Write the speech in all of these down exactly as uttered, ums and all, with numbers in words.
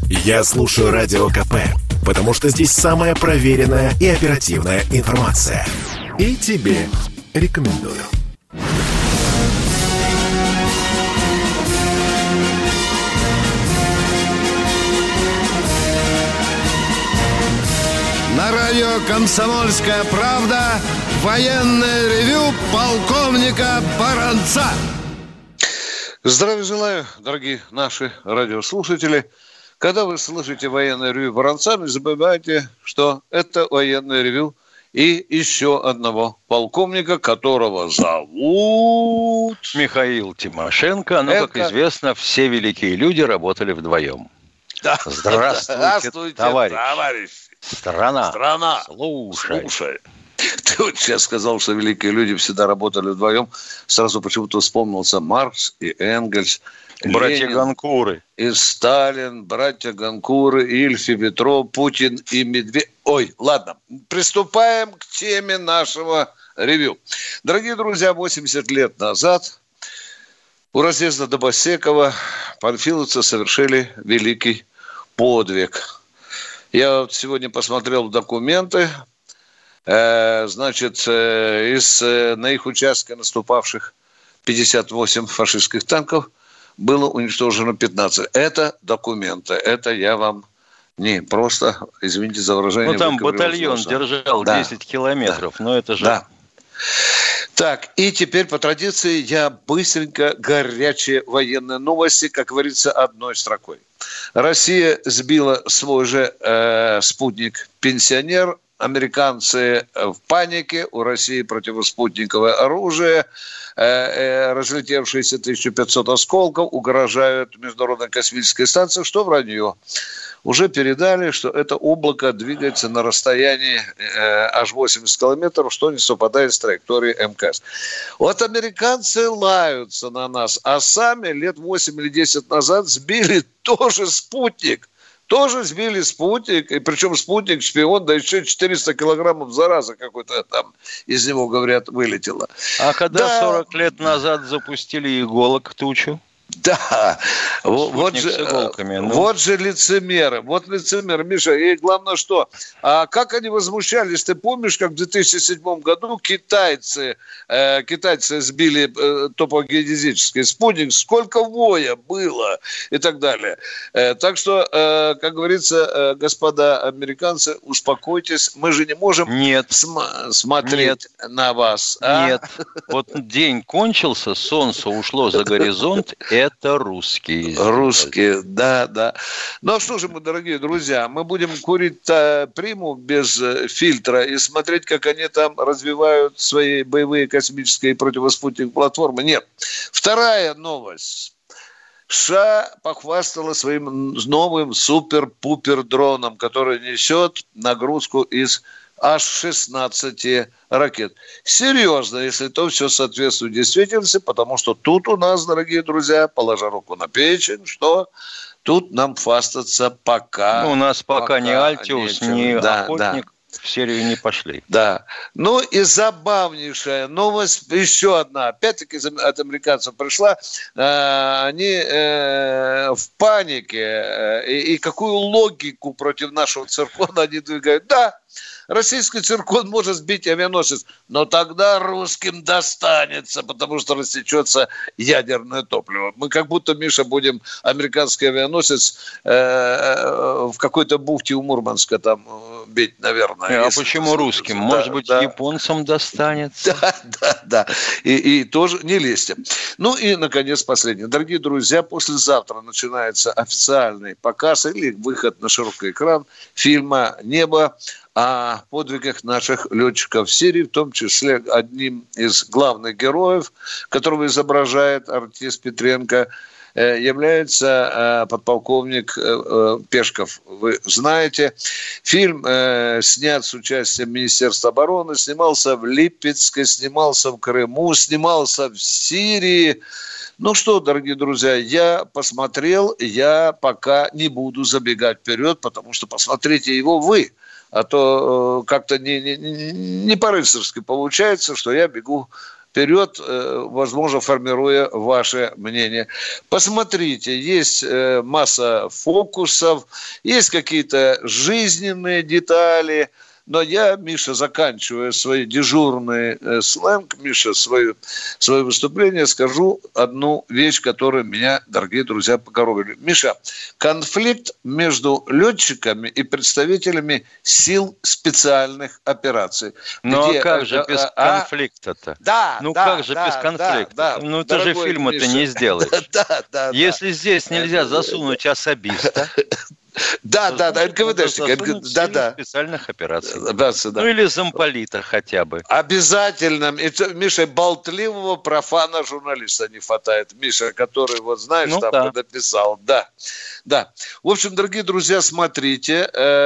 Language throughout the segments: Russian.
Я слушаю Радио КП, потому что здесь самая проверенная и оперативная информация. И тебе рекомендую. На радио «Комсомольская правда» военное ревю полковника Баранца. Здравия желаю, дорогие наши радиослушатели. Когда вы слышите военное ревю Баранца, не забывайте, что это военное ревю и еще одного полковника, которого зовут... Михаил Тимошенко. Но, это... как известно, все великие люди работали вдвоем. Да. Здравствуйте, Здравствуйте товарищ. товарищ. Страна. Страна. Слушай. Слушай. Ты вот сейчас сказал, что великие люди всегда работали вдвоем. Сразу почему-то вспомнился Маркс и Энгельс. Братья Ленин Ганкуры. И Сталин, братья Ганкуры, Ильф и Петров, Путин и Медведев. Ой, ладно. Приступаем к теме нашего ревью. Дорогие друзья, восемьдесят лет назад у разъезда Добосекова панфиловцы совершили великий подвиг. Я вот сегодня посмотрел документы. Э, значит, э, из э, на их участке наступавших пятьдесят восемь фашистских танков было уничтожено пятнадцать. Это документы. Это я вам не просто, извините за выражение. Ну, там батальон держал да. десять километров, да. но это же... Да. Так, и теперь по традиции я быстренько горячие военные новости, как говорится, одной строкой. Россия сбила свой же э, спутник-пенсионер. Американцы в панике. У России противоспутниковое оружие. Э, э, разлетевшиеся тысяча пятьсот осколков угрожают Международной космической станции. Что вранье? Уже передали, что это облако двигается на расстоянии э, аж восемьдесят километров, что не совпадает с траекторией эм ка эс. Вот американцы лаются на нас, а сами лет восемь или десять назад сбили тоже спутник. Тоже сбили спутник, и причем спутник, шпион, да еще четыреста килограммов зараза какой-то там из него, говорят, вылетело. А когда да. сорок лет назад запустили иголок в тучу? Да, вот же, ну. вот же лицемеры, вот лицемеры, Миша, и главное что, а как они возмущались, ты помнишь, как в две тысячи седьмом году китайцы, э, китайцы сбили э, топогеодезический спутник, сколько воя было и так далее. Э, так что, э, как говорится, э, господа американцы, успокойтесь, мы же не можем Нет. см- смотреть Нет. на вас. А? Нет, вот день кончился, солнце ушло за горизонт, это русские. Русские, да, да. Ну, а что же мы, дорогие друзья, мы будем курить приму без фильтра и смотреть, как они там развивают свои боевые космические противоспутниковые платформы? Нет. Вторая новость. США похвастала своим новым супер-пупер дроном, который несет нагрузку из аж шестнадцати ракет. Серьезно, если то все соответствует действительности, потому что тут у нас, дорогие друзья, положа руку на печень, что тут нам хвастаться пока... Ну, у нас пока, пока не Альтиус, нечего. не да, Охотник. Да. В серию не пошли. Да. Ну и забавнейшая новость, еще одна, опять-таки от американцев пришла. Э, они э, в панике. Э, и, и какую логику против нашего циркона они двигают? Да, российский циркон может сбить авианосец, но тогда русским достанется, потому что рассечется ядерное топливо. Мы как будто, Миша, будем американский авианосец э, в какой-то бухте у Мурманска там бить, наверное. А почему русским? Да, Может быть, да. японцам достанется? Да, да, да. И, и тоже не лезьте. Ну и, наконец, последнее. Дорогие друзья, послезавтра начинается официальный показ или выход на широкий экран фильма «Небо» о подвигах наших летчиков в Сирии, в том числе одним из главных героев, которого изображает артист Петренко, является подполковник Пешков. Вы знаете, фильм снят с участием Министерства обороны, снимался в Липецке, снимался в Крыму, снимался в Сирии. Ну что, дорогие друзья, я посмотрел, я пока не буду забегать вперед, потому что посмотрите его вы. А то э, как-то не, не, не по-рыцарски получается, что я бегу вперед, возможно, формируя ваше мнение. Посмотрите, есть масса фокусов, есть какие-то жизненные детали. Но я, Миша, заканчивая свой дежурный э, сленг, Миша, свое, свое выступление, скажу одну вещь, которая меня, дорогие друзья, покоробили. Миша, конфликт между летчиками и представителями сил специальных операций. Ну, где, а как же а, без а, конфликта-то? Да, Ну, да, как же да, без конфликта? Да, да, ну, ты же фильма-то не сделаешь. да, да, Если здесь нельзя засунуть особиста, Да, да, да, эн ка вэ дэшник, да, да. специальных операций. Да, да. Ну или замполита хотя бы. Обязательно. Миша, болтливого профана журналиста не хватает. Миша, который, вот знаешь, ну, там да. написал. Да, да. В общем, дорогие друзья, смотрите.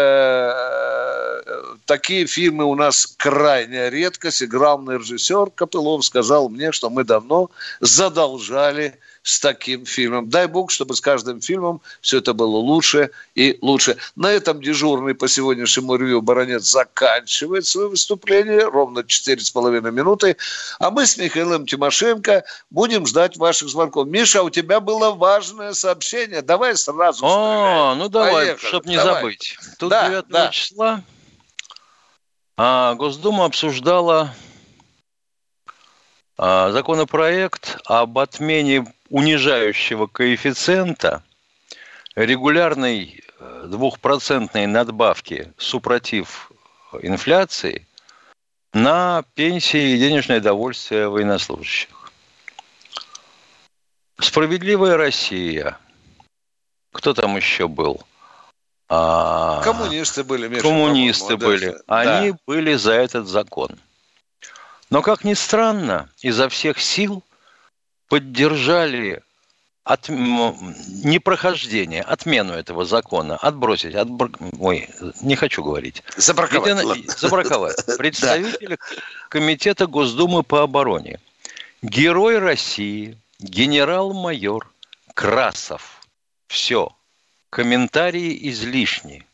Такие фильмы у нас крайняя редкость. И главный режиссер Копылов сказал мне, что мы давно задолжали с таким фильмом. Дай бог, чтобы с каждым фильмом все это было лучше и лучше. На этом дежурный по сегодняшнему ревью баронет заканчивает свое выступление. Ровно четыре с половиной минуты. А мы с Михаилом Тимошенко будем ждать ваших звонков. Миша, у тебя было важное сообщение. Давай сразу. О, ну давай, чтобы не давай. забыть. Тут да, девятого да. числа а, Госдума обсуждала а, законопроект об отмене унижающего коэффициента регулярной двухпроцентной надбавки супротив инфляции на пенсии и денежное довольствие военнослужащих. «Справедливая Россия». Кто там еще был? А... Коммунисты были, Миша, Коммунисты были. Даже. Они да. были за этот закон. Но, как ни странно, изо всех сил поддержали от, непрохождение, отмену этого закона, отбросить, отбр... ой, не хочу говорить. Забраковать. Едино... Забраковать. Представители Комитета Госдумы по обороне. Герой России, генерал-майор Красов. Все. Комментарии излишни.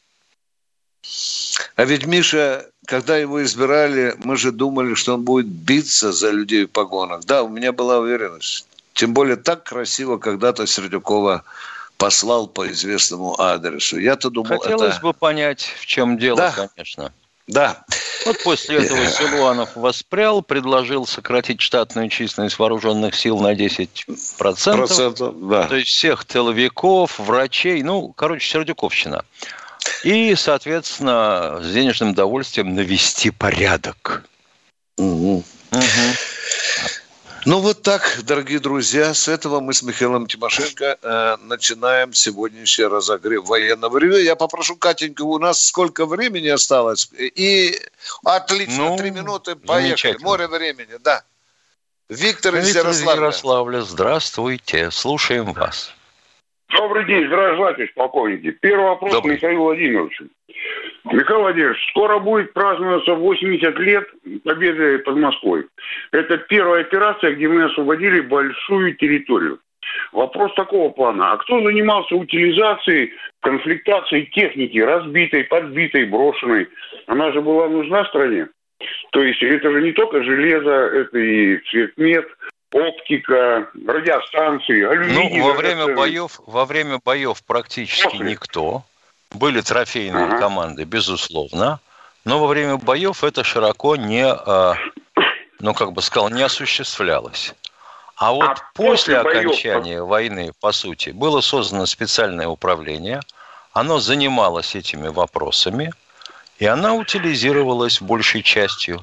А ведь Миша, когда его избирали, мы же думали, что он будет биться за людей в погонах. Да, у меня была уверенность. Тем более так красиво когда-то Сердюкова послал по известному адресу. Я-то думал, Хотелось это... бы понять, в чем дело, да. конечно. Да. Вот после этого Силуанов воспрял, предложил сократить штатную численность вооруженных сил на десять процентов. Процентов, да. То есть всех тыловиков, врачей, ну, короче, Сердюковщина. И, соответственно, с денежным удовольствием навести порядок. Угу. Угу. Ну, вот так, дорогие друзья, с этого мы с Михаилом Тимошенко э, начинаем сегодняшний разогрев военного ревью. Я попрошу Катеньку, у нас сколько времени осталось? И отлично, три ну, минуты, поехали. Море времени, да. Виктор из Ярославля. Ярославля, здравствуйте, слушаем вас. Добрый день, здравия желаю, полковники. Первый вопрос Добрый. Михаилу Владимировичу. Михаил Владимирович, скоро будет праздноваться восемьдесят лет победы под Москвой. Это первая операция, где мы освободили большую территорию. Вопрос такого плана. А кто занимался утилизацией, конфликтацией техники, разбитой, подбитой, брошенной? Она же была нужна стране. То есть это же не только железо, это и цветмет, оптика, радиостанции, алюминий. Ну, во время боев, во время боев практически После. никто. Были трофейные ага. команды, безусловно, но во время боев это широко не, ну, как бы сказал, не осуществлялось. А вот а после, после окончания боев... войны, по сути, было создано специальное управление, оно занималось этими вопросами, и она утилизировалась большей частью.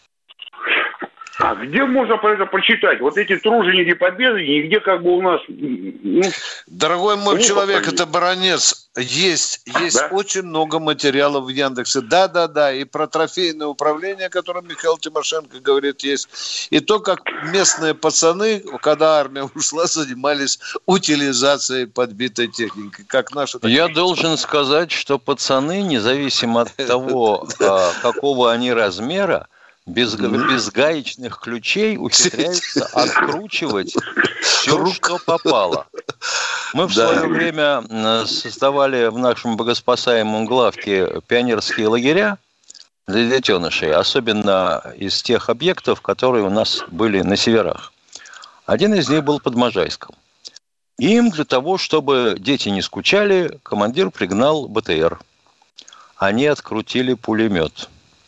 А где можно про это почитать? Вот эти труженики победы нигде как бы у нас... Ну, Дорогой мой человек, это баронец. Есть, есть да? очень много материалов в Яндексе. Да-да-да, и про трофейное управление, о котором Михаил Тимошенко говорит, есть. И то, как местные пацаны, когда армия ушла, занимались утилизацией подбитой техники. Как наши... Я должен сказать, что пацаны, независимо от того, какого они размера, Без, без гаечных ключей ухитряются откручивать все, что попало. Мы в да. свое время создавали в нашем богоспасаемом главке пионерские лагеря для детенышей, особенно из тех объектов, которые у нас были на северах. Один из них был под Можайском. Им для того, чтобы дети не скучали, командир пригнал БТР. Они открутили пулемет.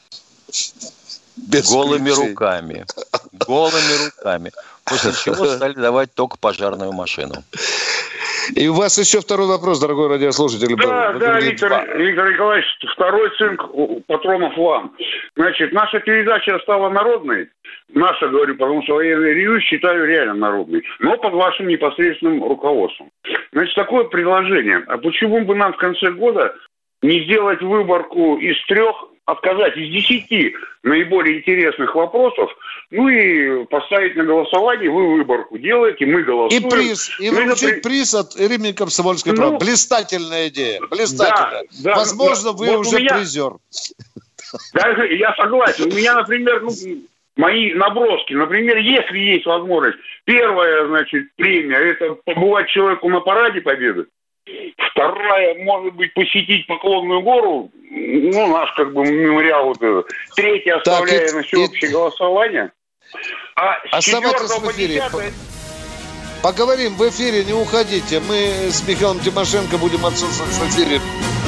Без голыми ключей. руками. Голыми руками. После чего стали давать только пожарную машину. И у вас еще второй вопрос, дорогой радиослушатель. Да, был. да, Виктор, Виктор Николаевич, второй цинк патронов вам. Значит, наша передача стала народной. Наша, говорю, потому что военный ревью считаю реально народной. Но под вашим непосредственным руководством. Значит, такое предложение. А почему бы нам в конце года не сделать выборку из трех, отказать из десяти наиболее интересных вопросов, ну и поставить на голосование, вы выборку делаете, мы голосуем. И приз, и вручить при... приз от Римми Комсомольской ну, правды. Блистательная идея, блистательная. Да, да, Возможно, да, вы вот уже меня... призер. Да, я согласен. У меня, например, ну, мои наброски, например, если есть возможность, первая, значит, премия, это побывать человеку на параде Победы. Вторая, может быть, посетить Поклонную гору, ну, наш, как бы, мемориал вот этот. Третья, оставляя на всеобщее и... голосование. А оставайтесь в эфире. десятого... Поговорим в эфире, не уходите. Мы с Михаилом Тимошенко будем отсутствовать в эфире.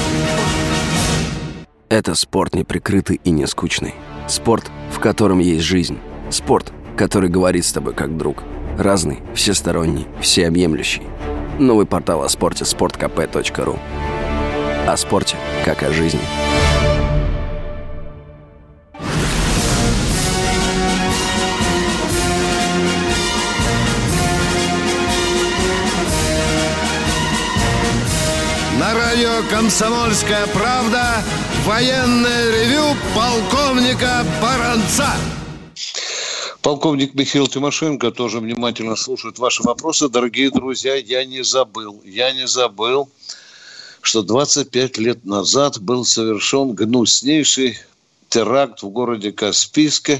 Это спорт неприкрытый и не скучный. Спорт, в котором есть жизнь. Спорт, который говорит с тобой как друг. Разный, всесторонний, всеобъемлющий. Новый портал о спорте – спорт ка пэ точка ру. О спорте, как о жизни. На радио «Комсомольская правда» военное ревю полковника Баранца. Полковник Михаил Тимошенко тоже внимательно слушает ваши вопросы. Дорогие друзья, я не забыл, я не забыл, что двадцать пять лет назад был совершен гнуснейший теракт в городе Каспийске,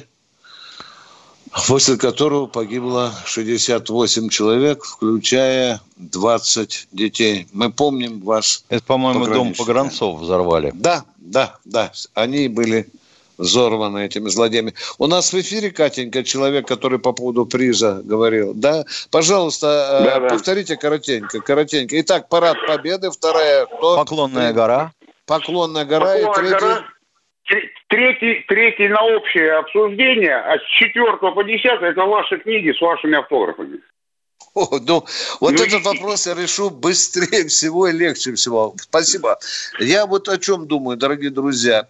после которого погибло шестьдесят восемь человек, включая двадцать детей. Мы помним вас. Это, по-моему, дом погранцов взорвали. Да, да, да. Они были... взорваны этими злодеями. У нас в эфире, Катенька, человек, который по поводу приза говорил. Да? Пожалуйста, да, да. повторите коротенько, коротенько. Итак, парад Победы, вторая... Кто? Поклонная гора. Поклонная гора. Поклонная и третий... гора. Третий, третий на общее обсуждение, а с четвертого по десятое это ваши книги с вашими автографами. О, ну, вот ну, этот и... вопрос я решу быстрее всего и легче всего. Спасибо. Я вот о чем думаю, дорогие друзья.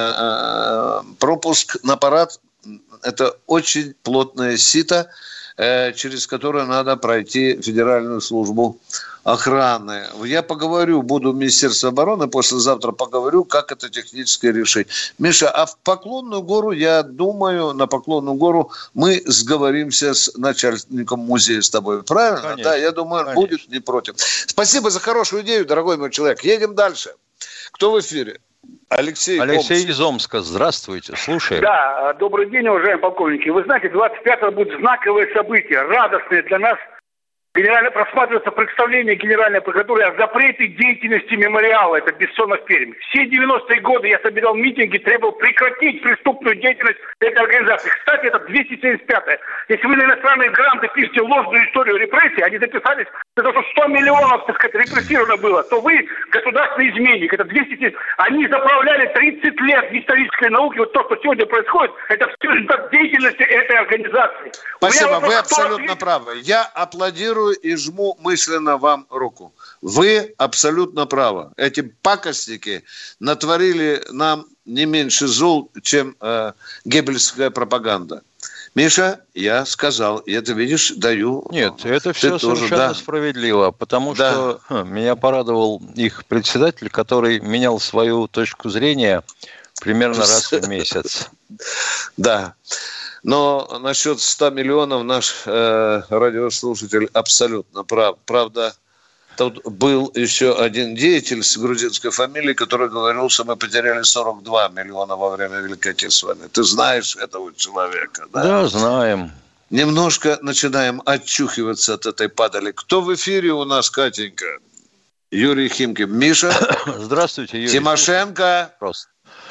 Пропуск на парад – это очень плотное сито, через которое надо пройти Федеральную службу охраны. Я поговорю, буду в Министерстве обороны, послезавтра поговорю, как это технически решить. Миша, а в Поклонную гору, я думаю, на Поклонную гору мы сговоримся с начальником музея с тобой. Правильно? Конечно, да, я думаю, он будет не против. Спасибо за хорошую идею, дорогой мой человек. Едем дальше. Кто в эфире? Алексей, Алексей из Омска. Здравствуйте. Слушаем. Да, добрый день, уважаемые полковники. Вы знаете, двадцать пятого будет знаковое событие, радостное для нас. Генерально просматривается представление Генеральной прокуратуры о запрете деятельности мемориала. Это Бессонов Пермь. Все девяностые годы я собирал митинги, требовал прекратить преступную деятельность этой организации. Кстати, это двести семьдесят пятое. Если вы на иностранные гранты пишете ложную историю репрессий, они записались, за то, что сто миллионов, так сказать, репрессировано было, то вы государственный изменник. Это двести семьдесят. Они заправляли тридцать лет в исторической науке. Вот то, что сегодня происходит, это все результат деятельности этой организации. Спасибо, вы абсолютно правы. Я аплодирую и жму мысленно вам руку. Вы абсолютно правы. Эти пакостники натворили нам не меньше зол, чем э, геббельская пропаганда. Миша, я сказал, и это, видишь, даю... Нет, это все тоже, совершенно да. справедливо, потому да. что ха, меня порадовал их председатель, который менял свою точку зрения примерно раз в месяц. Да. Но насчет ста миллионов наш э, радиослушатель абсолютно прав. Правда, тут был еще один деятель с грузинской фамилией, который говорил, что мы потеряли сорок два миллиона во время Великой Отечественной войны. Ты знаешь этого человека, да? Да, знаем. Немножко начинаем отчухиваться от этой падали. Кто в эфире у нас, Катенька? Юрий Химкин. Миша? Здравствуйте, Юрий. Тимошенко. Просто.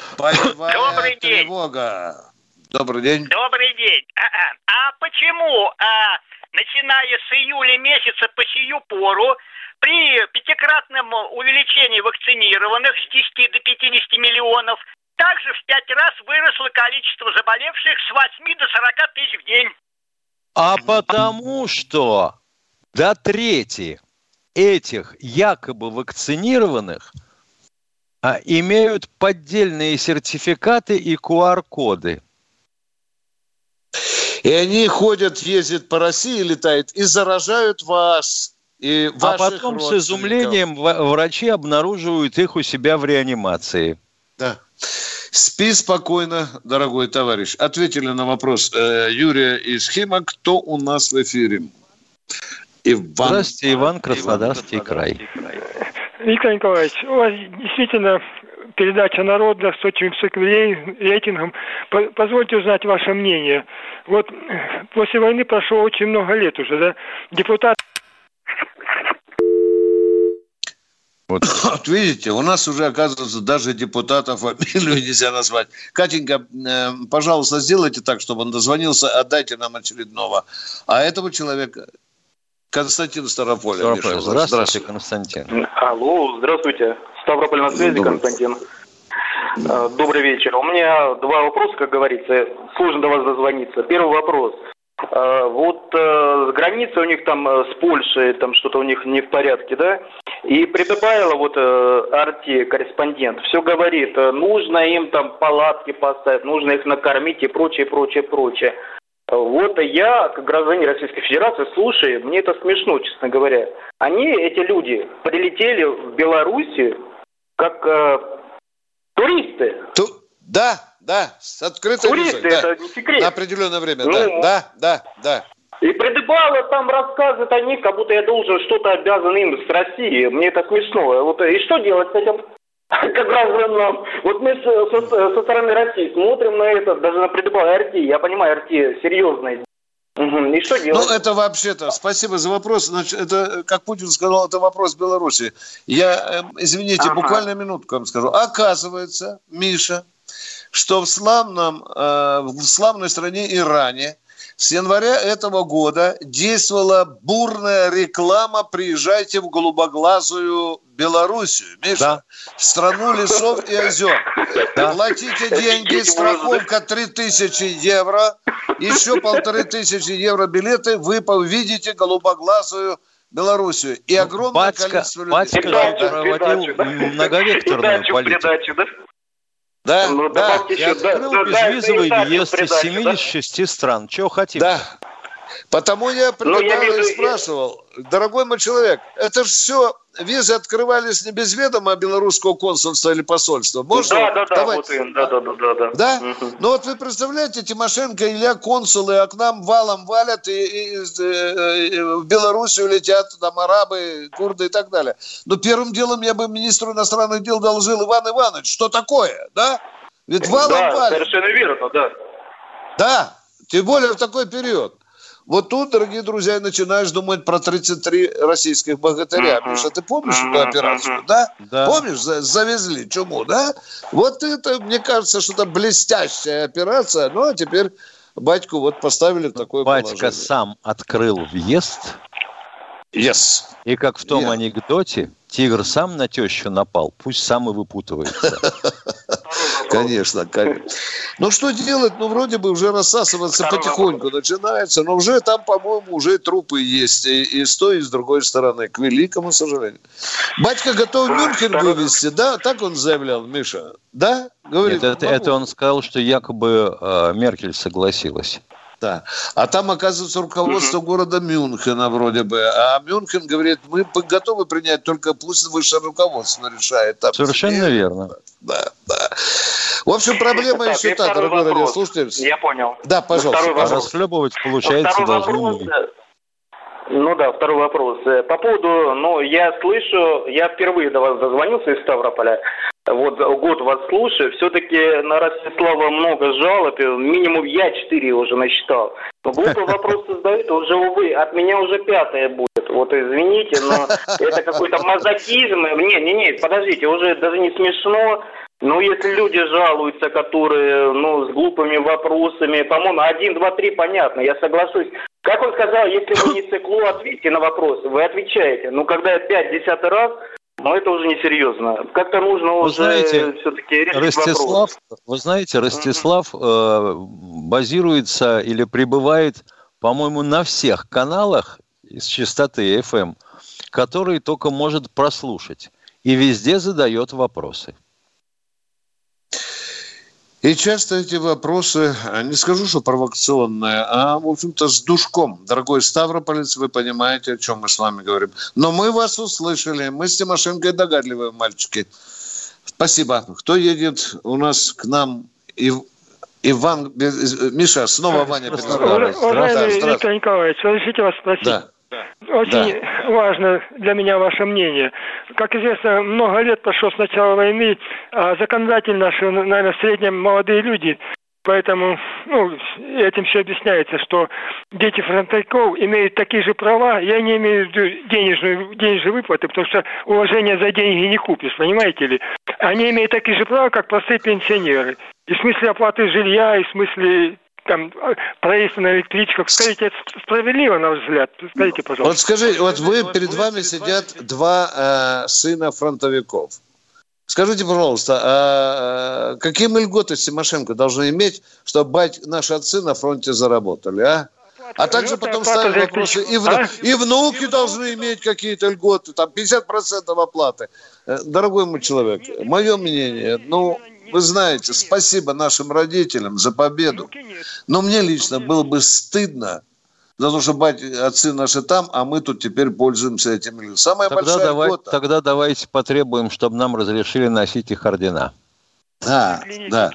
Добрый день. Тревога. Добрый день. Добрый день. А, а почему, а, начиная с июля месяца по сию пору, при пятикратном увеличении вакцинированных с десяти до пятидесяти миллионов, также в пять раз выросло количество заболевших с восьми до сорока тысяч в день? А потому что до трети этих якобы вакцинированных а, имеют поддельные сертификаты и ку ар-коды. И они ходят, ездят по России, летают и заражают вас. И а потом с изумлением врачи обнаруживают их у себя в реанимации. Да. Спи спокойно, дорогой товарищ. Ответили на вопрос э, Юрия из Хима. Кто у нас в эфире? Иван. Здравствуйте, Иван, Краснодарский, Иван, Краснодарский край. край. Виктор Николаевич, у вас действительно передача народная с очень высоким рейтингом. Позвольте узнать ваше мнение. Вот после войны прошло очень много лет уже, да? Депутат... Вот. Вот видите, у нас уже, оказывается, даже депутатов фамилию нельзя назвать. Катенька, э, пожалуйста, сделайте так, чтобы он дозвонился, отдайте нам очередного. А этого человека Константин Ставрополь. Здравствуйте, здравствуйте, Константин. Алло, здравствуйте. Ставрополь на связи, Добрый. Константин. Добрый вечер. У меня два вопроса, как говорится. Сложно до вас дозвониться. Первый вопрос. Вот э, граница у них там э, с Польшей, там что-то у них не в порядке, да? И Прибывайло, вот э, Арти, корреспондент, все говорит, э, нужно им там палатки поставить, нужно их накормить и прочее, прочее, прочее. Вот я, как гражданин Российской Федерации, слушаю, мне это смешно, честно говоря. Они, эти люди, прилетели в Белоруссию как э, туристы. Ту- да. Да, с открытой Туристы, визой, это да. не секрет. На определенное время, ну, да, да, да, да. И Прибывайло там рассказывает о них, как будто я должен что-то обязан им с Россией. Мне это смешно. Вот, и что делать с этим? Как гражданам? Вот мы со, со, со стороны России смотрим на это, даже на Прибывайло эр ти. Я понимаю, эр ти серьезный. Угу. И что делать? Ну, это вообще-то, спасибо за вопрос. Значит, это, как Путин сказал, это вопрос Беларуси. Я, извините, ага. буквально минутку вам скажу. Оказывается, Миша, что в славном, э, в славной стране Иране с января этого года действовала бурная реклама «Приезжайте в голубоглазую Белоруссию». Миша, да. В страну лесов и озер. Да. Платите деньги, страховка три тысячи евро, еще полторы тысячи евро билеты, вы увидите голубоглазую Белоруссию. И огромное батька, количество людей. Батька же проводил многовекторную политику. Да, ну, да. Я открыл да, безвизовый да, въезд из семидесяти шести да? стран. Чего хотите? Да. Потому я предлагал и спрашивал, дорогой мой человек, это же все, визы открывались не без ведома белорусского консульства или посольства. Можно? Да, да, да, вот им, да, да, да, да. Да? Угу. Ну вот вы представляете, Тимошенко, Илья консулы, а к нам валом валят, и, и, и, и в Белоруссию летят там арабы, курды и так далее. Но первым делом я бы министру иностранных дел доложил: Иван Иванович, что такое, да? Ведь валом да, валят. Совершенно верно, да. Да, тем более в такой период. Вот тут, дорогие друзья, начинаешь думать про тридцать три российских богатыря. Uh-huh. Миша, ты помнишь uh-huh. эту операцию, uh-huh. да? да? Помнишь, завезли чуму, да? Вот это, мне кажется, что-то блестящая операция. Ну, а теперь батьку вот поставили в такое Батька положение. Батька сам открыл въезд. Yes. И как в том yeah. анекдоте, тигр сам на тещу напал, пусть сам и выпутывается. Конечно, конечно. Ну, что делать? Ну, вроде бы уже рассасываться потихоньку начинается, но уже там, по-моему, уже трупы есть и, и с той, и с другой стороны, к великому сожалению. Батька готов Мюнхен вывезти, да? Так он заявлял, Миша? Да? Говорит, Нет, это, это он сказал, что якобы э, Меркель согласилась. Да. А там, оказывается, руководство города Мюнхена вроде бы. А Мюнхен говорит, мы готовы принять, только пусть высшее руководство решает. Там Совершенно себе. верно. Да, да. В общем, проблема еще та, дорогой радиослушатель. Я понял. Да, пожалуйста. А расхлебывать, получается, должны... Ну да, второй вопрос. По поводу, ну, я слышу, я впервые до вас дозвонился из Ставрополя. Вот год вас слушаю. Все-таки на Ростислава много жалоб. Минимум я четыре уже насчитал. Глупый вопрос задают, уже, увы, от меня уже пятое будет. Вот извините, но это какой-то мазохизм. Не, не, не, подождите, уже даже не смешно. Ну, если люди жалуются, которые, ну, с глупыми вопросами, по-моему, один, два, три, понятно, я соглашусь. Как он сказал, если вы не циклу, ответьте на вопросы, вы отвечаете. Но когда пять, десятый раз, ну, это уже несерьезно. Как-то нужно вы уже знаете, все-таки решить Ростислав, вопрос. Вы знаете, Ростислав э, базируется или пребывает, по-моему, на всех каналах из частоты эф эм, которые только может прослушать. И везде задает вопросы. И часто эти вопросы, не скажу, что провокационные, а, в общем-то, с душком. Дорогой ставрополец, вы понимаете, о чем мы с вами говорим. Но мы вас услышали. Мы с Тимошенко догадливые мальчики. Спасибо. Кто едет у нас к нам? Ив... Иван... Миша, снова Ваня. Уважаемый Виктор Николаевич, разрешите вас спросить? Да. Очень да. важно для меня ваше мнение. Как известно, много лет прошло с начала войны, а законодатель наши, наверное, в среднем молодые люди. Поэтому ну, этим все объясняется, что дети фронтовиков имеют такие же права. Я не имею в виду денежную, денежные выплаты, потому что уважение за деньги не купишь, понимаете ли. Они имеют такие же права, как простые пенсионеры. И в смысле оплаты жилья, и в смысле... там, проезд на электричках. Скажите, это справедливо, на ваш взгляд? Скажите, пожалуйста. Вот скажите, вот вы, перед вами сидят два э, сына фронтовиков. Скажите, пожалуйста, а какие мы льготы Тимошенко должны иметь, чтобы бать, наши отцы на фронте заработали, а? А также потом ставят вопросы, и, в, а? и внуки должны иметь какие-то льготы, там пятьдесят процентов оплаты. Дорогой мой человек, мое мнение, ну... Вы знаете, спасибо нашим родителям за победу. Но мне лично было бы стыдно за то, что бать, отцы наши там, а мы тут теперь пользуемся этим. Самая тогда большая давай, льгота. Тогда давайте потребуем, чтобы нам разрешили носить их ордена. Да, да.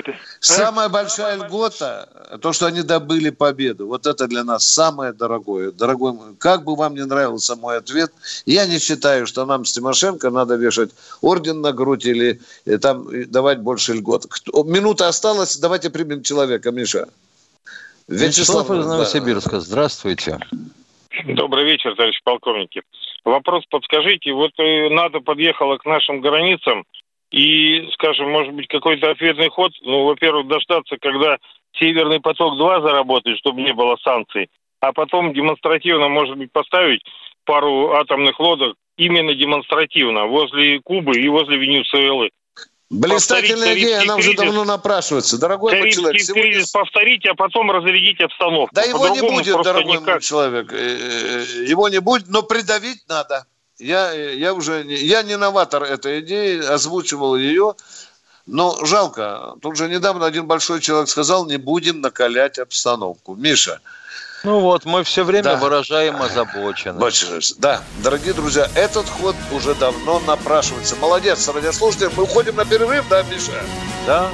Самая большая льгота, то, что они добыли победу. Вот это для нас самое дорогое. Дорогой мой, как бы вам не нравился мой ответ, я не считаю, что нам с Тимошенко надо вешать орден на грудь или там давать больше льгот. Минута осталась, давайте примем человека, Миша. Вячеслав, Вячеслав из Новосибирска, да. Здравствуйте. Добрый вечер, товарищи полковники. Вопрос подскажите, вот НАТО подъехала к нашим границам, и, скажем, может быть, какой-то ответный ход, ну, во-первых, дождаться, когда Северный поток-два заработает, чтобы не было санкций, а потом демонстративно, может быть, поставить пару атомных лодок именно демонстративно возле Кубы и возле Венесуэлы. Блистательная идея, она уже давно напрашивается. Дорогой мой человек, сегодня... кризис повторите, а потом разрядить обстановку. Да его не будет, дорогой никак. мой человек. Его не будет, но придавить надо. Я, я уже не, я не новатор этой идеи, озвучивал ее, но жалко. Тут же недавно один большой человек сказал, не будем накалять обстановку. Миша. Ну вот, мы все время да. выражаем озабоченность. Да, дорогие друзья, этот ход уже давно напрашивается. Молодец, радиослушатели. Мы уходим на перерыв, да, Миша? Да.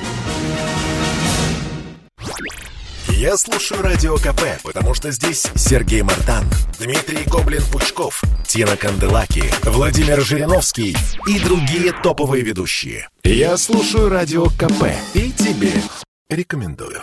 Я слушаю Радио КП, потому что здесь Сергей Мартан, Дмитрий Гоблин-Пучков, Тина Канделаки, Владимир Жириновский и другие топовые ведущие. Я слушаю Радио КП и тебе рекомендую.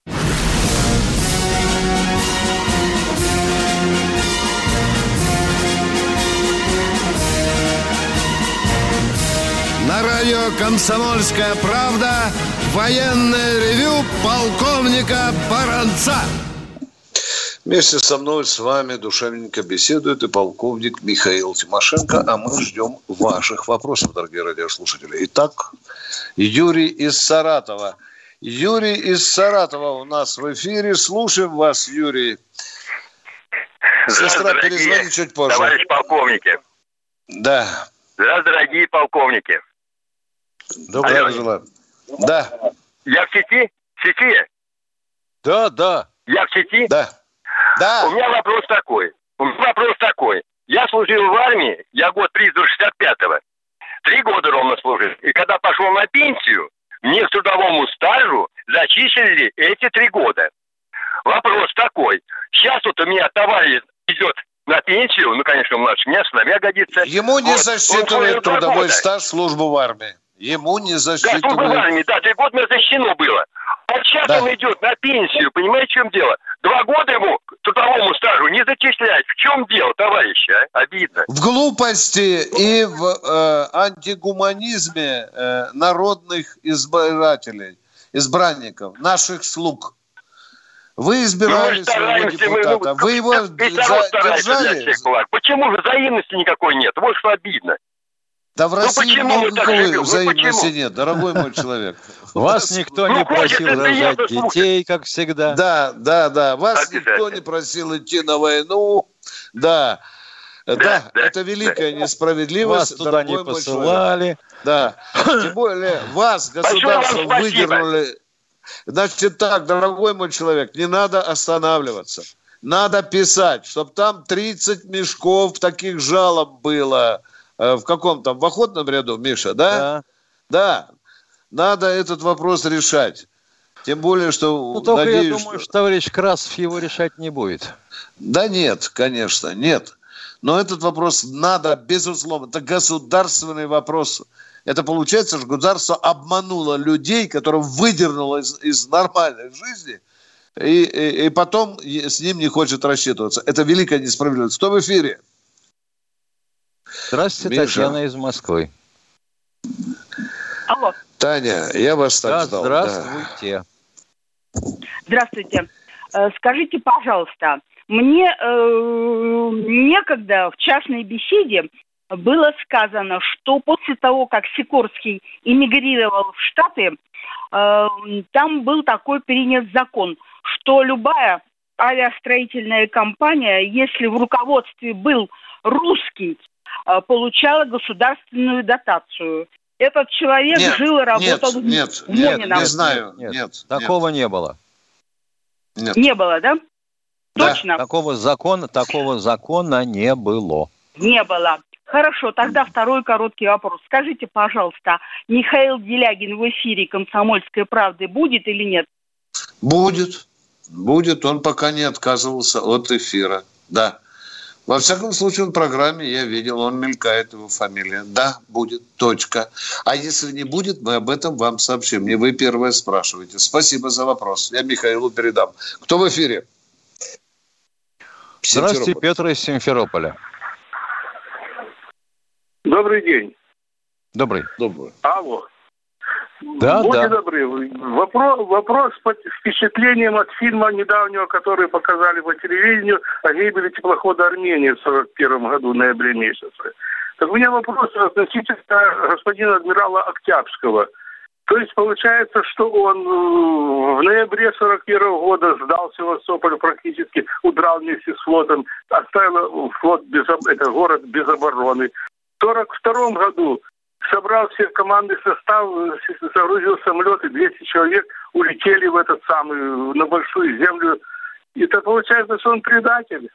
На радио «Комсомольская правда» военное ревю полковника Баранца. Вместе со мной, с вами душевненько беседует и полковник Михаил Тимошенко, а мы ждем ваших вопросов, дорогие радиослушатели. Итак, Юрий из Саратова. Юрий из Саратова у нас в эфире. Слушаем вас, Юрий. Сестра, перезвони чуть позже. Товарищ полковники. Да. Здравствуйте, дорогие полковники. Доброе утро. Да. Я в сети? В сети? Да, да. Я в сети? Да. Да. У меня вопрос такой. У меня вопрос такой. Я служил в армии, я год приз до шестьдесят пятого. Три года ровно служил. И когда пошел на пенсию, мне к трудовому стажу зачислили эти три года. Вопрос такой. Сейчас вот у меня товарищ идет на пенсию, ну, конечно, младше меня, сыновья годится. Ему не вот. засчитывает трудовой стаж, службу в армии. Ему не засчитывает. Да, служба в армии, да, три года мне защищено было. А сейчас Да. он идет на пенсию, понимаете, в чем дело? Два года ему трудовому стажу не зачислять. В чем дело, товарищи, а? Обидно. В глупости и в э, антигуманизме э, народных избирателей, избранников, наших слуг. Вы избирали Ну, своего стараемся, мы, депутата, ну, вы его как- ведь народ за- старается для держали? всех благ. Почему же взаимности никакой нет? Вот что обидно. Да в Ну, России почему мы много так какой живем? Ну, взаимности почему? нет, дорогой мой человек. Вас никто Ну, не хочет просил это рожать приятно слушать. детей, как всегда. Да, да, да. Вас никто Обязательно. не просил идти на войну. Да. Да, да, это великая несправедливость. Вас туда не дорогой мой человек. посылали. Да. Тем более вас, государство, Большое вам спасибо. выдернули. Значит так, дорогой мой человек, не надо останавливаться. Надо писать, чтобы там тридцать мешков таких жалоб было. Э, В каком там? В охотном ряду, Миша, да? Да. Да. Надо этот вопрос решать. Тем более, что Ну, только надеюсь, я думаю, что... что товарищ Красов его решать не будет. Да нет, конечно, нет. Но этот вопрос надо, безусловно, это государственный вопрос. Это получается, что государство обмануло людей, которых выдернуло из, из нормальной жизни, и, и, и потом с ним не хочет рассчитываться. Это великая несправедливость. Кто в эфире? Здравствуйте, Миша. Татьяна из Москвы. Алло. Таня, я вас так Да, ждал. здравствуйте. Здравствуйте. Э, Скажите, пожалуйста, мне э, некогда в частной беседе было сказано, что после того, как Сикорский эмигрировал в Штаты, э, там был такой принят закон, что любая авиастроительная компания, если в руководстве был русский, э, получала государственную дотацию. Этот человек Нет, жил и работал нет, в нет, в нет, Монино. не знаю. Нет, Нет, такого не было. нет. Не было, да? Да. Точно? Такого закона, такого закона не было. Не было. Хорошо, тогда второй короткий вопрос. Скажите, пожалуйста, Михаил Делягин в эфире «Комсомольской правды» будет или нет? Будет. Будет. Он пока не отказывался от эфира. Да. Во всяком случае, в программе я видел, он мелькает, его фамилия. Да, будет. Точка. А если не будет, мы об этом вам сообщим. Не вы первые спрашиваете. Спасибо за вопрос. Я Михаилу передам. Кто в эфире? Здравствуйте, Симферополь. Петр из Симферополя. Добрый день. Добрый. Добрый. Алло. Да, Будьте да. добры. Вопрос, вопрос по впечатлениям от фильма недавнего, который показали по телевидению о гибели теплохода «Армения» в сорок первом году, в ноябре месяце. Так у меня вопрос относительно господина адмирала Октябрьского. То есть получается, что он в ноябре сорок первого года сдал Севастополь, практически удрал вместе с флотом, оставил флот без, это город без обороны. В сорок втором году собрал все командный состав, загрузил самолеты, двести человек улетели в этот самый, на большую землю. И это получается, что он предатель.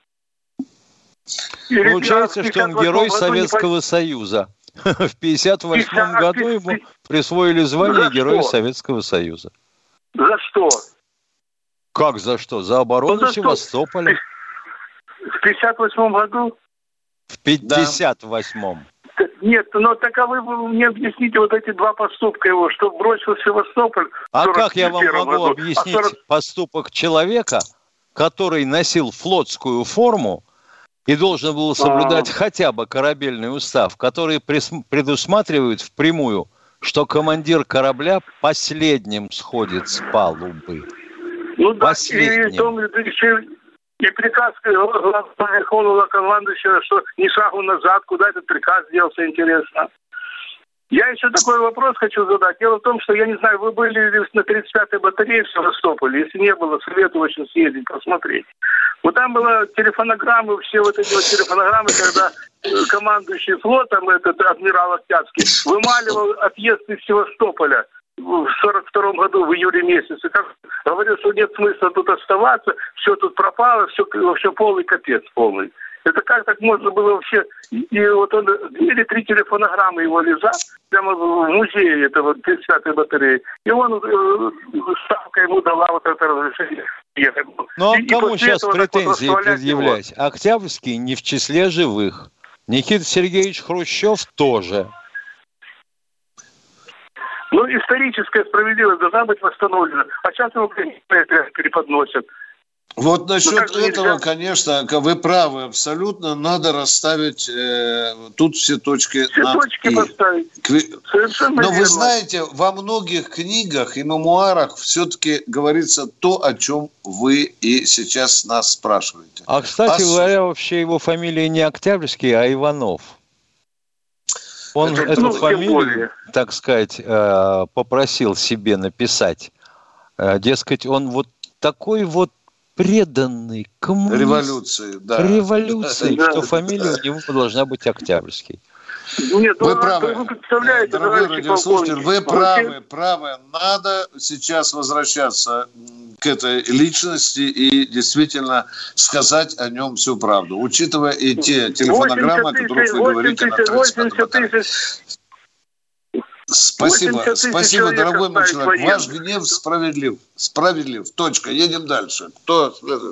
Или Получается, что он герой Советского не... Союза. В пятьдесят восьмом году ему присвоили звание За Героя что? Советского Союза. За что? Как за что? За оборону Ну, за что? Севастополя. В пятьдесят восьмом году? В пятьдесят восьмом. Нет, но так а вы мне объясните вот эти два поступка его, что бросил Севастополь. А в как я вам сорок первом могу году, объяснить а сорок... поступок человека, который носил флотскую форму и должен был соблюдать А. хотя бы корабельный устав, который прис- предусматривает впрямую, что командир корабля последним сходит с палубы. Ну да, и, Последним. том, еще, и приказ главного верховного командующего, что ни шагу назад, куда этот приказ делся, интересно. Я еще такой вопрос хочу задать. Дело в том, что, я не знаю, вы были на тридцать пятой батарее в Севастополе. Если не было, советую очень съездить, посмотреть. Вот там была телефонограммы, все вот эти вот телефонограммы, когда командующий флотом, этот адмирал Октябрьский, вымаливал отъезд из Севастополя в сорок втором году, в июле месяце. Как говорил, что нет смысла тут оставаться, все тут пропало, все вообще полный капец полный. Это как так можно было вообще... И вот он, две или три телефонограммы его лежат прямо в музее этого тридцать пятой батареи. И он, э, ставка ему дала вот это разрешение. Ну а И- и кому после сейчас этого так вот претензии восхвалять предъявлять? Октябрьский не в числе живых. Никита Сергеевич Хрущев тоже. Ну, историческая справедливость должна быть восстановлена. А сейчас его переподносят. Вот насчет ну, этого, нельзя. Конечно, вы правы абсолютно. Надо расставить э, тут все точки все над точки «и». поставить. Совершенно Но верно. вы знаете, во многих книгах и мемуарах все-таки говорится то, о чем вы и сейчас нас спрашиваете. А, кстати а говоря, вообще его фамилия не Октябрьский, а Иванов. Он Это, эту ну, фамилию, так сказать, попросил себе написать. Дескать, он вот такой вот преданный коммунист. Революции, да. Революции, да. Что фамилия у него должна быть Октябрьский. Нет, вы ну, правы, вы представляете, дорогой радиослушатель, вы правы, правы. Надо сейчас возвращаться к этой личности и действительно сказать о нем всю правду, учитывая и те телефонограммы, о которых вы говорите на тридцать пятом. Спасибо, спасибо, дорогой мой человек. Военных. Ваш гнев справедлив. Справедлив. Точка. Едем дальше. Кто следует?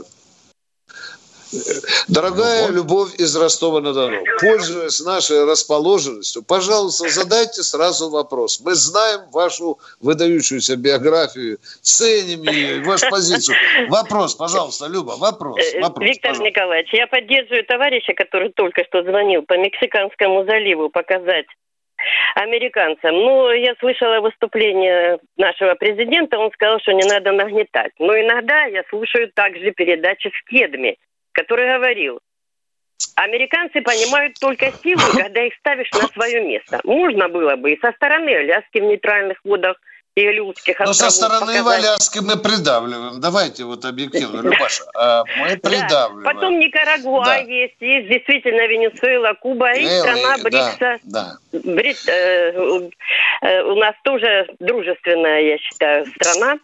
Дорогая Любовь из Ростова-на-Дону, пользуясь нашей расположенностью, пожалуйста, задайте сразу вопрос. Мы знаем вашу выдающуюся биографию, ценим ее, вашу позицию. Вопрос, пожалуйста, Люба, вопрос. вопрос Виктор пожалуйста. Николаевич, я поддерживаю товарища, который только что звонил по Мексиканскому заливу показать американцам. Ну, я слышала выступление нашего президента, он сказал, что не надо нагнетать. Но иногда я слушаю также передачи с Кедми, который говорил, американцы понимают только силу, когда их ставишь на свое место. Можно было бы и со стороны Аляски в нейтральных водах и Алиутских островов. Но со стороны показать. Аляски мы придавливаем. Давайте вот объективно, Любаша. Мы придавливаем. Да. Потом Никарагуа да. есть, есть действительно Венесуэла, Куба и Элли, страна БРИКСа. Да, да. Брит, э, э, у нас тоже дружественная, я считаю, страна.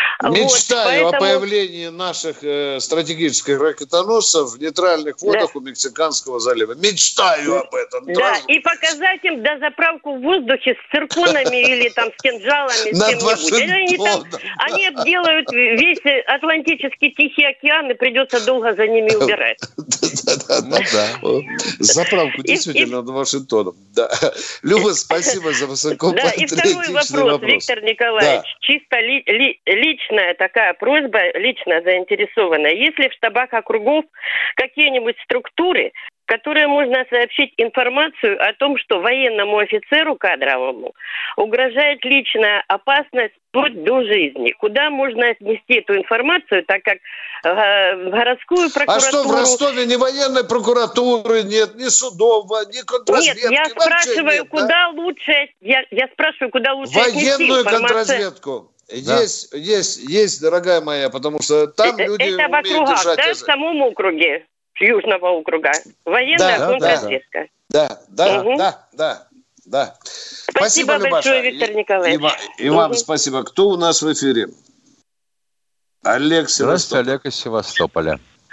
Мечтаю вот, поэтому... о появлении наших э, стратегических ракетоносцев в нейтральных водах да. у Мексиканского залива. Мечтаю об этом. Да, Дрожу. И показать им дозаправку в воздухе с цирконами или там с кинжалами, с кем-нибудь. Они, там, они обделают весь Атлантический Тихий океан, и придется долго за ними убирать. Ну да. Заправку действительно над Вашингтоном. Люба, спасибо за высокопатриотичный вопрос. И второй вопрос, Виктор Николаевич. Чисто личная такая просьба, лично заинтересованная. Есть ли в штабах округов какие-нибудь структуры, которые можно сообщить информацию о том, что военному офицеру кадровому угрожает личная опасность вплоть до жизни? Куда можно отнести эту информацию, так как э, в городскую прокуратуру... А что, в Ростове ни военной прокуратуры нет, ни судов, ни контрразведки? Нет, я спрашиваю, нет, куда да? лучше... Я, я спрашиваю, куда лучше военную отнести информацию... контрразведку. Да. Есть, есть, есть, дорогая моя, потому что там это, люди это в округах, держать... да, в самом округе, Южного округа. Военная да, контрразведка. Да, да, угу. да, да, да. Спасибо, спасибо большое, Виктор Николаевич. И, и, и вам угу. спасибо. Кто у нас в эфире? Олег Севастополь. Здравствуйте, Олег из Севастополя.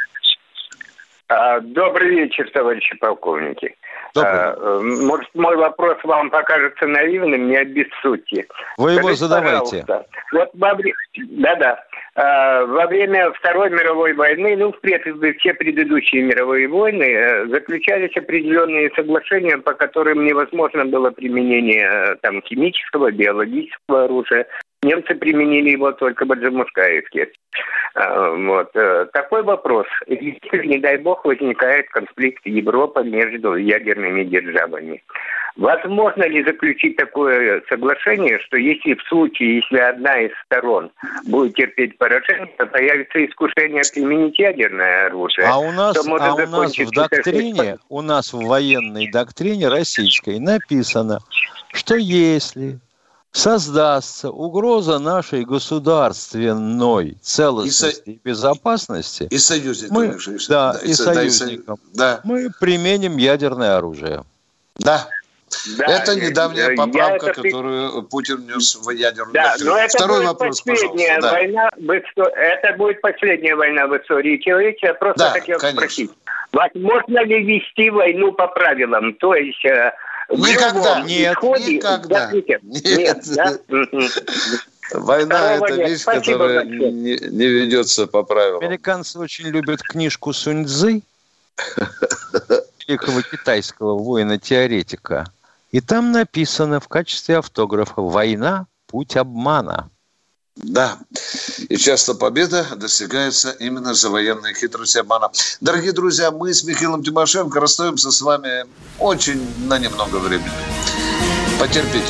Добрый вечер, товарищи полковники. А, может, мой вопрос вам покажется наивным, не обессудьте. Вы его Скажите, задавайте. Пожалуйста, вот во время... Да-да. А, во время Второй мировой войны, ну, в принципе, все предыдущие мировые войны, заключались определенные соглашения, по которым невозможно было применение там, химического, биологического оружия. Немцы применили его только Баджимускаевский. Вот. Такой вопрос. Если, не дай бог, возникает конфликт Европы между ядерными державами, возможно ли заключить такое соглашение, что если в случае, если одна из сторон будет терпеть поражение, то появится искушение применить ядерное оружие? А у нас, а у нас в доктрине, у нас в военной доктрине российской написано, что если... создастся угроза нашей государственной целостности и, со... и безопасности. И союзникам. Мы, да, да, и, и союзникам. Да. Мы применим ядерное оружие. Да. Да, это недавняя поправка, это... которую Путин внес в ядерную да, доктрину. Второй вопрос, пожалуйста. Да. Война, это будет последняя война в истории человечества. Я просто да, хотел конечно. спросить, возможно ли вести войну по правилам? То есть... Никогда. Нет, исходе, никогда. Нет. Нет. Да? Война – это вещь, Спасибо которая не, не ведется по правилам. Американцы очень любят книжку Сунь Цзы, великого китайского воина-теоретика. И там написано в качестве автографа «Война – путь обмана». Да, и часто победа достигается именно за военные хитрости обмана. Дорогие друзья, мы с Михаилом Тимошенко расстаемся с вами очень на немного времени. Потерпите.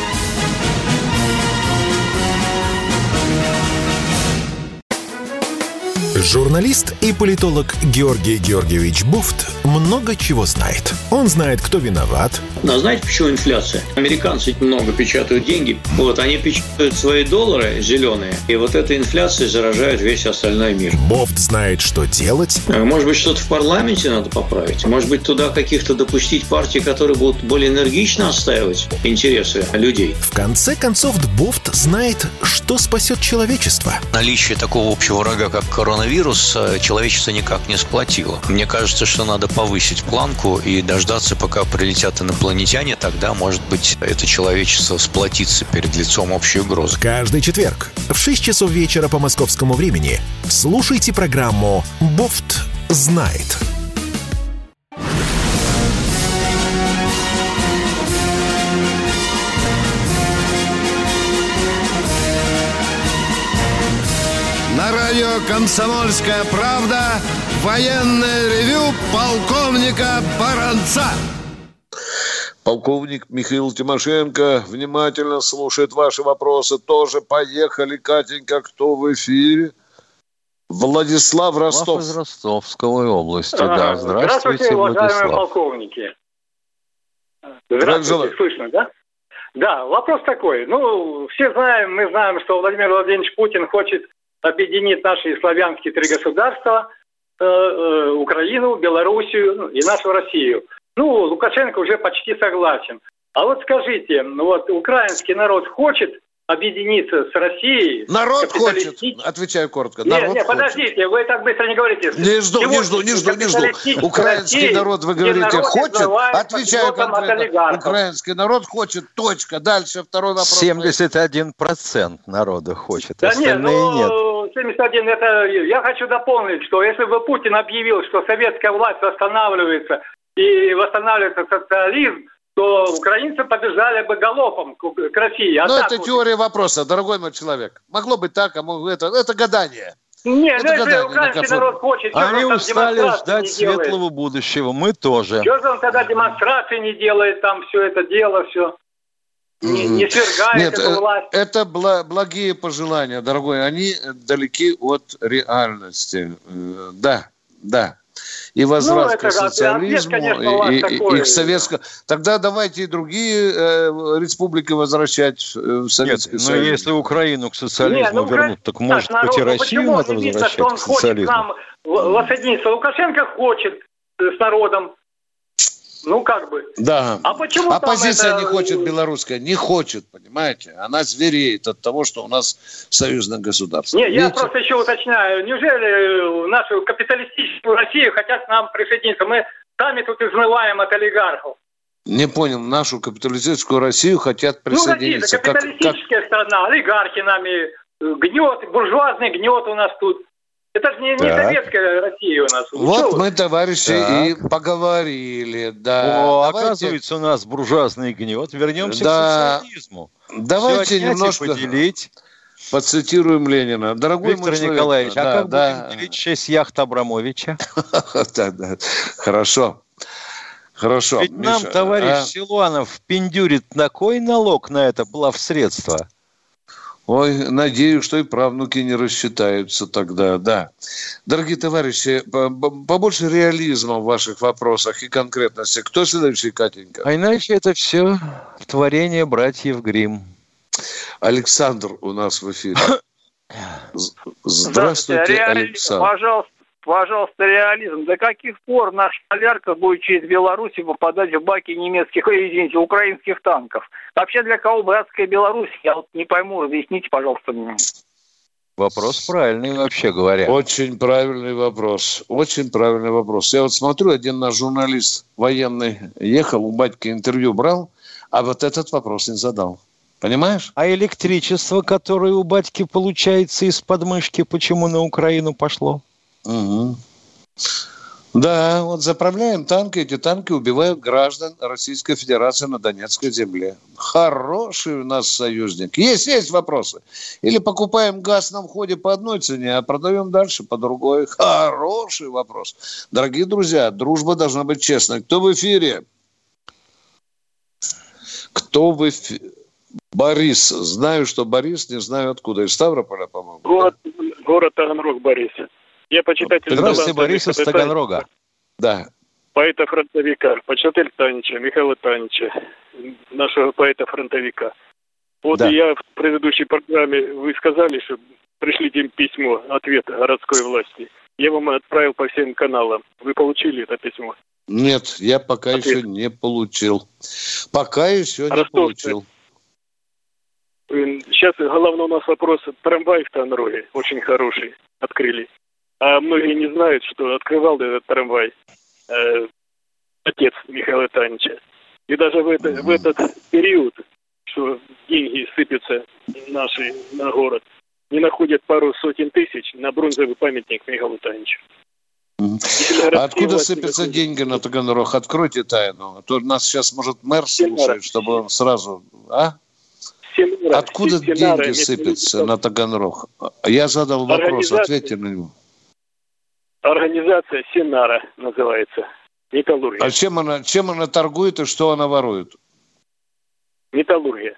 Журналист и политолог Георгий Георгиевич Бофт много чего знает. Он знает, кто виноват. Но знаете, почему инфляция? Американцы много печатают деньги. Вот, они печатают свои доллары зеленые. И вот эта инфляция заражает весь остальной мир. Бофт знает, что делать. Может быть, что-то в парламенте надо поправить? Может быть, туда каких-то допустить партий, которые будут более энергично отстаивать интересы людей? В конце концов, Бофт знает, что спасет человечество. Наличие такого общего врага, как коронавирус, человечество никак не сплотило. Мне кажется, что надо повысить планку и дождаться, пока прилетят инопланетяне. Тогда, может быть, это человечество сплотится перед лицом общей угрозы. Каждый четверг в шесть часов вечера по московскому времени слушайте программу «Бофт знает». На радио «Комсомольская правда» военное ревю полковника Баранца. Полковник Михаил Тимошенко внимательно слушает ваши вопросы. Тоже поехали, Катенька, кто в эфире? Владислав Ростов. Из Ростовской области, да. Здравствуйте, Здравствуйте, уважаемые Владислав. полковники. Здравствуйте, слышно, да? Да, вопрос такой. Ну, все знаем, мы знаем, что Владимир Владимирович Путин хочет объединить наши славянские три государства, э, э, Украину, Белоруссию и нашу Россию. Ну, Лукашенко уже почти согласен. А вот скажите, вот украинский народ хочет объединиться с Россией? Народ хочет, отвечаю коротко. Нет, народ нет, подождите, вы так быстро не говорите. Не жду, не жду, не жду, не жду. Украинский России, народ, вы говорите, народ хочет? Отвечаю конкретно. от Украинский народ хочет, точка. Дальше второй вопрос. семьдесят один процент народа хочет, да остальные нет, ну, нет. семьдесят один, это я хочу дополнить, что если бы Путин объявил, что советская власть восстанавливается и восстанавливается социализм, то украинцы побежали бы галопом к, к России. А ну, это вот... теория вопроса, дорогой мой человек. Могло быть так, а могло это, это гадание. Нет, это ну если украинский народ хочет... Они устали ждать светлого будущего, мы тоже. Что же он тогда демонстрации не делает, там все это дело, все... Не, не свергает Нет, эту власть. Это благие пожелания, дорогой. Они далеки от реальности. Да, да. И возврат ну, к социализму, ответ, конечно, и, и, и к советскому. Тогда давайте и другие э, республики возвращать в Советский Нет, Союз. Но если Украину к социализму Нет, ну, вернут, так может народ, быть и ну, Россию надо возвращать видно, что он к социализму? Хочет нам воссоединиться. Лукашенко хочет с народом. Ну, как бы. Да. А почему оппозиция это... не хочет белорусская? Не хочет, понимаете? Она звереет от того, что у нас союзное государство. Не, я просто еще уточняю. Неужели нашу капиталистическую Россию хотят к нам присоединиться? Мы сами тут изнываем от олигархов. Не понял. Нашу капиталистическую Россию хотят присоединиться. Ну, Россия, капиталистическая как, страна. Олигархи нами гнет, буржуазный гнет у нас тут. Это же не, не советская Россия у нас. Вот Ничего. мы, товарищи, так. и поговорили. Да. О, давайте... оказывается, у нас буржуазный гнет. Вернемся да. к социализму. Давайте немножко поделить. Поцитируем Ленина. Дорогой Виктор мой человек, Николаевич, да, а как да. будем делить шесть яхт Абрамовича? Хорошо. Хорошо. Ведь нам товарищ Силуанов пиндюрит такой налог на это плавсредство. Ой, надеюсь, что и правнуки не рассчитаются тогда, да. Дорогие товарищи, побольше реализма в ваших вопросах и конкретности. Кто следующий, Катенька? А иначе это все творение братьев Гримм. Александр у нас в эфире. Здравствуйте, Александр. Пожалуйста, пожалуйста, реализм. До каких пор наша солярка будет через Беларусь попадать в баки немецких, извините, украинских танков? Вообще для кого братская Беларусь? Я вот не пойму, объясните, пожалуйста, мне. Вопрос правильный, вообще говоря. Очень правильный вопрос. Очень правильный вопрос. Я вот смотрю, один наш журналист военный ехал, у батьки интервью брал, а вот этот вопрос не задал. Понимаешь? А электричество, которое у батьки получается из подмышки, почему на Украину пошло? Угу. Да, вот заправляем танки, эти танки убивают граждан Российской Федерации на Донецкой земле. Хороший у нас союзник. Есть, есть вопросы. Или покупаем газ на входе по одной цене, а продаем дальше по другой. Хороший вопрос. Дорогие друзья, дружба должна быть честной. Кто в эфире? Кто в эфире? Борис. Знаю, что Борис, не знаю откуда. Из Ставрополя, по-моему. Город, город Таганрог, Борис. Я почитатель... Здравствуйте, Борис из Таганрога. Да. Поэта-фронтовика, почитатель Танича, Михаила Танича, нашего поэта-фронтовика. Вот да. Я в предыдущей программе, вы сказали, что пришлите им письмо, ответ городской власти. Я вам отправил по всем каналам. Вы получили это письмо? Нет, я пока ответ. еще не получил. Пока еще а не получил. Сейчас главный у нас вопрос. Трамвай в Таганроге очень хороший. Открыли. А многие не знают, что открывал этот трамвай э, отец Михаила Танича. И даже в, это, в этот период, что деньги сыпятся наши на город, не находят пару сотен тысяч на бронзовый памятник Михаилу Таничу. А откуда сыпятся деньги на Таганрог? Откройте тайну. А то нас сейчас, может, мэр слушает, чтобы он сразу... А? Сенара. Откуда Сенара, деньги сыпятся на Таганрог? Я задал вопрос, ответьте на него. Организация Сенара называется. Металлургия. А чем она, чем она торгует и что она ворует? Металлургия.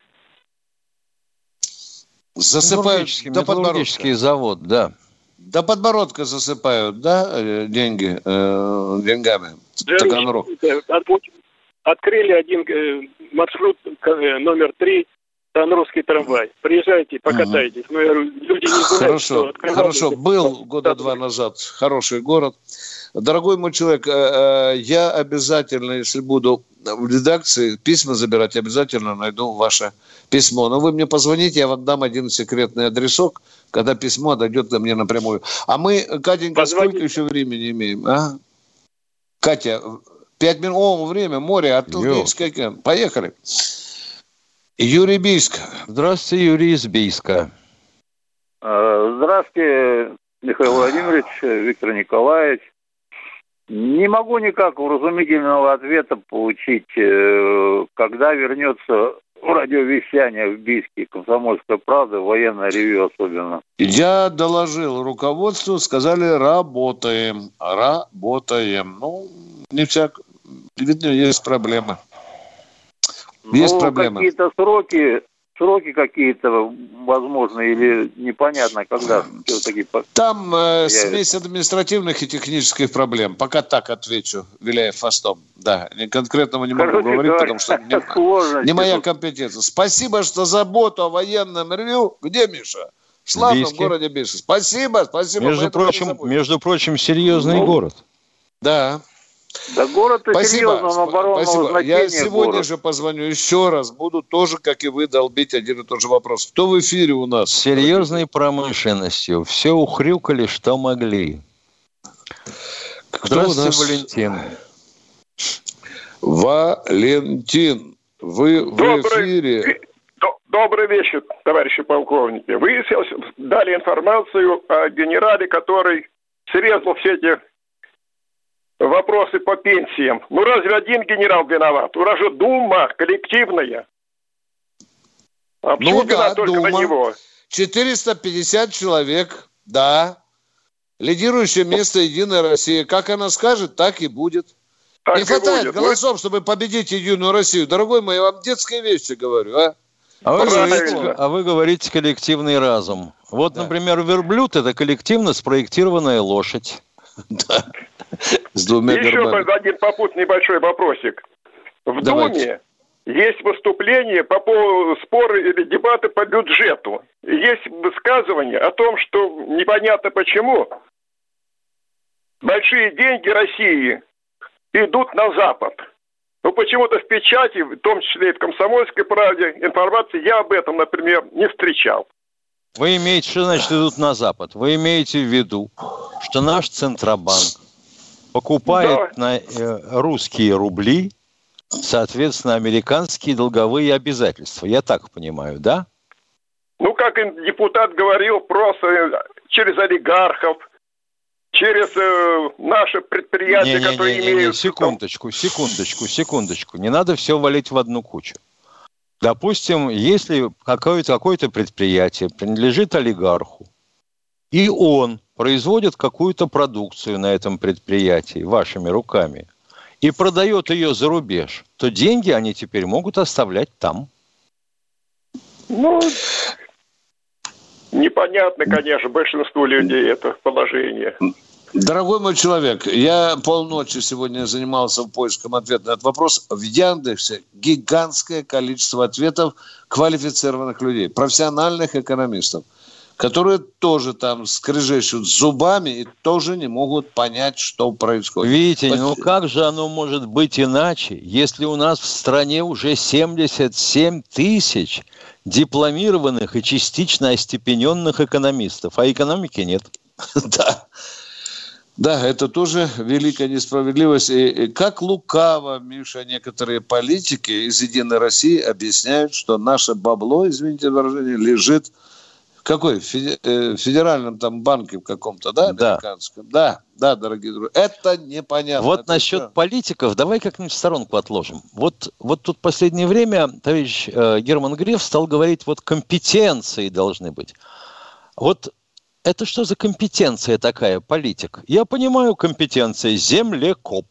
Засыпают до металлургический завод, да. До подбородка засыпают, да, деньги, э, деньгами. Таганрог. Открыли один маршрут номер три. Таганрогский трамвай. Приезжайте, покатайтесь. Угу. Ну, люди не знают, хорошо, что хорошо. Был года два назад. Хороший город. Дорогой мой человек, я обязательно, если буду в редакции письма забирать, обязательно найду ваше письмо. Но вы мне позвоните, я вам дам один секретный адресок, когда письмо дойдет до меня напрямую. А мы, Катенька, Позвоните. Сколько еще времени имеем? А? Катя, пять минут. О, время, море, Атлантическое. Поехали. Юрий Бийск. Здравствуйте, Юрий из Бийска. Здравствуйте, Михаил Владимирович, Виктор Николаевич. Не могу никак вразумительного ответа получить, когда вернется радиовещание в Бийске, «Комсомольская правда», военное ревью особенно. Я доложил руководству, сказали, работаем, работаем. Ну, не всяк, видно, есть проблемы. Есть ну, проблемы. Какие-то сроки, сроки какие-то, возможно, или непонятно, когда все-таки... Там э, смесь административных и технических проблем. Пока так отвечу, виляя хвостом. Да, конкретного не могу Короче, говорить, говоря, потому что не, не моя компетенция. Спасибо, что заботу о военном ревью. Где Миша? В славном Бийске. Городе Бийск. Спасибо, спасибо. Между прочим, между прочим, серьезный ну, город. Да. Да город-то серьезно, но оборонного значения. Я сегодня город. же позвоню еще раз. Буду тоже, как и вы, долбить один и тот же вопрос. Кто в эфире у нас? С серьезной промышленностью. Все ухрюкали, что могли. Кто Здравствуйте, нас? Валентин. Валентин, вы Добрый, в эфире. Добрый вечер, товарищи полковники. Вы дали информацию о генерале, который срезал все эти вопросы по пенсиям. Ну разве один генерал виноват? У нас же Дума коллективная. А почему ну да, только Дума. На него? четыреста пятьдесят человек, да. Лидирующее место «Единая Россия». Как она скажет, так и будет. Так Не хватает будет. голосов, Вы... чтобы победить «Единую Россию». Дорогой мой, я вам детские вещи говорю, а? А вы, говорите, а вы говорите коллективный разум. Вот, да. например, верблюд – это коллективно спроектированная лошадь. Да. С двумя Еще горбами. один попутный небольшой вопросик. В Давайте. Думе есть выступления по поводу споры или дебаты по бюджету. Есть высказывание о том, что непонятно почему большие деньги России идут на Запад. Но почему-то в печати, в том числе и в «Комсомольской правде», информации я об этом, например, не встречал. Вы имеете, что значит идут на Запад? Вы имеете в виду, что наш Центробанк покупает да. на э, русские рубли, соответственно, американские долговые обязательства. Я так понимаю, да? Ну, как депутат говорил, просто через олигархов через э, наши предприятия, не, не, которые не, не, имеют... Не, секундочку, секундочку, секундочку. Не надо все валить в одну кучу. Допустим, если какое-то, какое-то предприятие принадлежит олигарху, и он производит какую-то продукцию на этом предприятии вашими руками и продает ее за рубеж, то деньги они теперь могут оставлять там. Ну, непонятно, конечно, большинству людей это положение. Дорогой мой человек, я полночи сегодня занимался поиском ответа на этот вопрос. В Яндексе гигантское количество ответов квалифицированных людей, профессиональных экономистов, которые тоже там скрежещут зубами и тоже не могут понять, что происходит. Видите, Под... ну как же оно может быть иначе, если у нас в стране уже семьдесят семь тысяч дипломированных и частично остепененных экономистов, а экономики нет? Да. Да, это тоже великая несправедливость. И как лукаво, Миша, некоторые политики из «Единой России» объясняют, что наше бабло, извините выражение, лежит в какой? В федеральном там банке в каком-то, да, американском? Да, да, да, дорогие друзья. Это непонятно. Вот это насчет что? политиков, давай как-нибудь в сторонку отложим. Вот, вот тут в последнее время товарищ э, Герман Греф стал говорить, вот компетенции должны быть. Вот это что за компетенция такая, политик? Я понимаю, компетенция землекоп.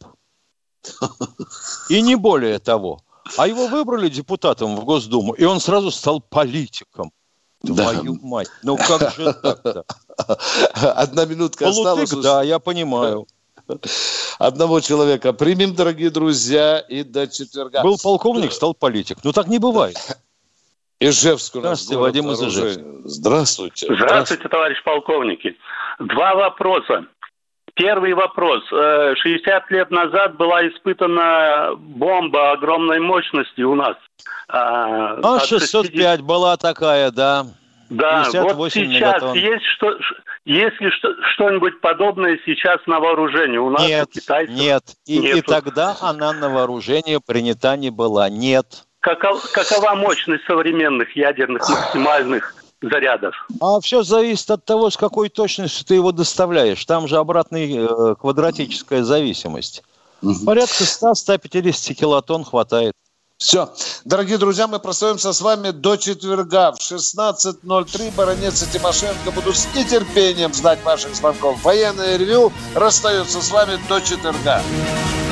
И не более того. А его выбрали депутатом в Госдуму, и он сразу стал политиком. Твою да. мать, ну как же так-то? Одна минутка осталась. Полутык, да, я понимаю. Одного человека примем, дорогие друзья, и до четверга. Был полковник, стал политик. Ну так не бывает. Ижевск у нас. Здравствуйте, Вадим из Ижевска. Здравствуйте. Здравствуйте, товарищ полковники. Два вопроса. Первый вопрос. шестьдесят лет назад была испытана бомба огромной мощности у нас. А шестьсот пять была такая, да. Да, вот сейчас мегатонн. Есть что, есть ли что, что-нибудь подобное сейчас на вооружении у нас, нет, у китайцев? Нет, и, и тогда она на вооружение принята не была, нет. Каков, какова мощность современных ядерных максимальных зарядов? А все зависит от того, с какой точностью ты его доставляешь. Там же обратная э, квадратическая зависимость. Угу. Порядка сто - сто пятьдесят килотонн хватает. Все. Дорогие друзья, мы простаемся с вами до четверга в шестнадцать ноль три. Баронец и Тимошенко будут с нетерпением ждать ваших звонков. Военное ревю расстается с вами до четверга.